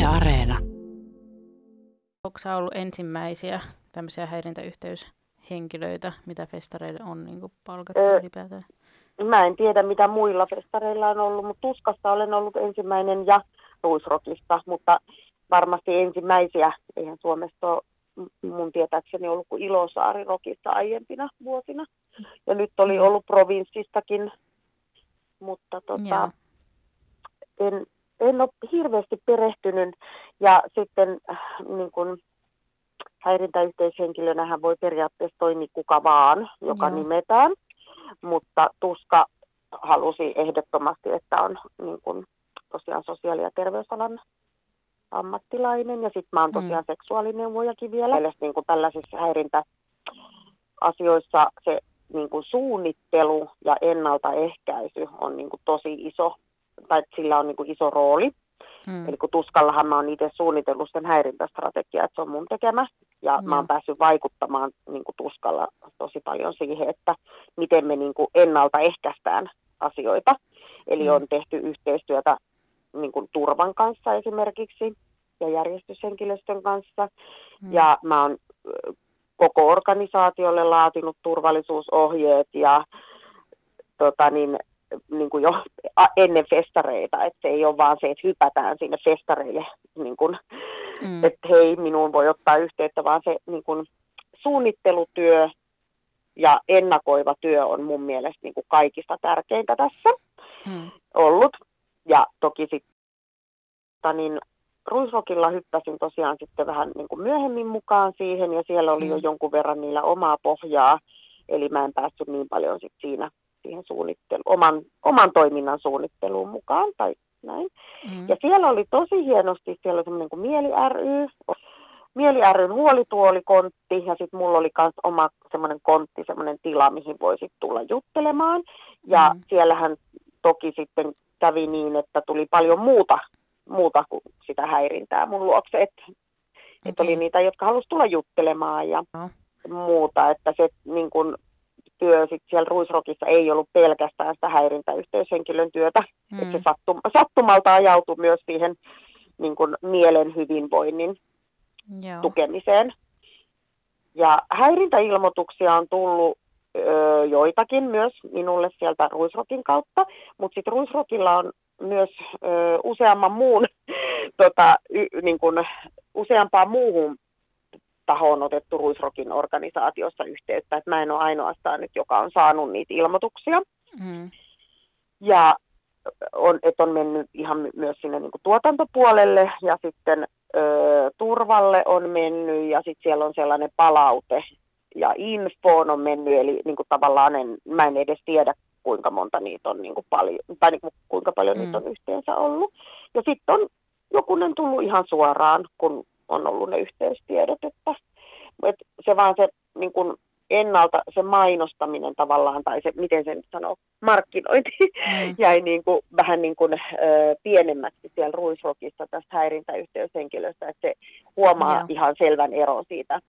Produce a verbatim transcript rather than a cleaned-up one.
Yle Areena. Onko sä ollut ensimmäisiä tämmöisiä häirintäyhteyshenkilöitä, mitä festareille on niin kuin palkattu Öö, ylipäätään? Mä en tiedä, mitä muilla festareilla on ollut, mutta Tuskassa olen ollut ensimmäinen ja Ruisrockista, mutta varmasti ensimmäisiä. Eihän Suomessa ole mun tietääkseni ollut kuin Ilosaari Rockissa aiempina vuosina. Ja nyt oli ollut Provinssistakin, mutta tota, en, en ole hirveästi perehtynyt. Ja sitten niin kun, häirintäyhteishenkilönähän voi periaatteessa toimia kuka vaan, joka Joo. nimetään. Mutta Tuska halusi ehdottomasti, että on niin kun, tosiaan sosiaali- ja terveysalan ammattilainen. Ja sitten mä oon tosiaan mm. seksuaalineuvojakin vielä. Mielestäni niin kun tällaisissa häirintäasioissa se niin kun suunnittelu ja ennaltaehkäisy on niin kun tosi iso, tai sillä on niin kun iso rooli. Mm. Eli kun Tuskallahan mä oon itse suunnitellut sen häirintästrategiaa, että se on mun tekemä. Ja mm. mä oon päässyt vaikuttamaan niin kuin Tuskalla tosi paljon siihen, että miten me niin kuin ennaltaehkäistään asioita. Eli mm. on tehty yhteistyötä niin kuin Turvan kanssa esimerkiksi ja järjestyshenkilöstön kanssa. Mm. Ja mä oon koko organisaatiolle laatinut turvallisuusohjeet ja tota niin, niin kuin jo ennen festareita, että se ei ole vaan se, että hypätään sinne festareille, niin kuin, mm. että hei, minuun voi ottaa yhteyttä, vaan se niin kuin, suunnittelutyö ja ennakoiva työ on mun mielestä niin kuin kaikista tärkeintä tässä mm. ollut. Ja toki sitten niin Ruisrockilla hyppäsin tosiaan sitten vähän niin kuin myöhemmin mukaan siihen, ja siellä oli mm. jo jonkun verran niillä omaa pohjaa, eli mä en päässyt niin paljon sitten siinä siihen suunnittelu, oman, oman toiminnan suunnitteluun mukaan tai näin. Mm. Ja siellä oli tosi hienosti, siellä oli semmoinen kuin Mieli ry, Mieli ry:n huolituolikontti, ja sitten mulla oli myös oma semmoinen kontti, semmoinen tila, mihin voisit tulla juttelemaan. Ja mm. siellähän toki sitten kävi niin, että tuli paljon muuta, muuta kuin sitä häirintää mun luokse, että okay. et oli niitä, jotka halusi tulla juttelemaan ja no. muuta, että se niin kun työ sit siellä Ruisrockissa ei ollut pelkästään sitä häirintäyhteyshenkilön työtä, mm. että se sattum, sattumalta ajautui myös siihen niin kuin mielen hyvinvoinnin Joo. tukemiseen. Ja häirintäilmoituksia on tullut ö, joitakin myös minulle sieltä Ruisrockin kautta, mutta sitten Ruisrockilla on myös ö, useamman muun, tota, y, niin kuin, useampaan muuhun tahoon otettu Ruisrockin organisaatiossa yhteyttä, että mä en ole ainoastaan nyt, joka on saanut niitä ilmoituksia. Mm. Ja on, että on mennyt ihan myös sinne niin kuin tuotantopuolelle ja sitten ö, turvalle on mennyt ja sitten siellä on sellainen palaute ja infoon on mennyt, eli niin kuin tavallaan en, mä en edes tiedä, kuinka monta niitä on niin kuin paljon, tai niin kuin, kuinka paljon mm. niitä on yhteensä ollut. Ja sitten on jokunen tullut ihan suoraan, kun on ollut ne yhteystiedot, että, että se vaan se niin kuin ennalta, se mainostaminen tavallaan, tai se, miten sen sanoo, markkinointi, mm. jäi niin kuin, vähän niin kuin, ö, pienemmäksi siellä Ruisrockissa tästä häirintäyhteyshenkilöstä, että se huomaa ja. ihan selvän eron siitä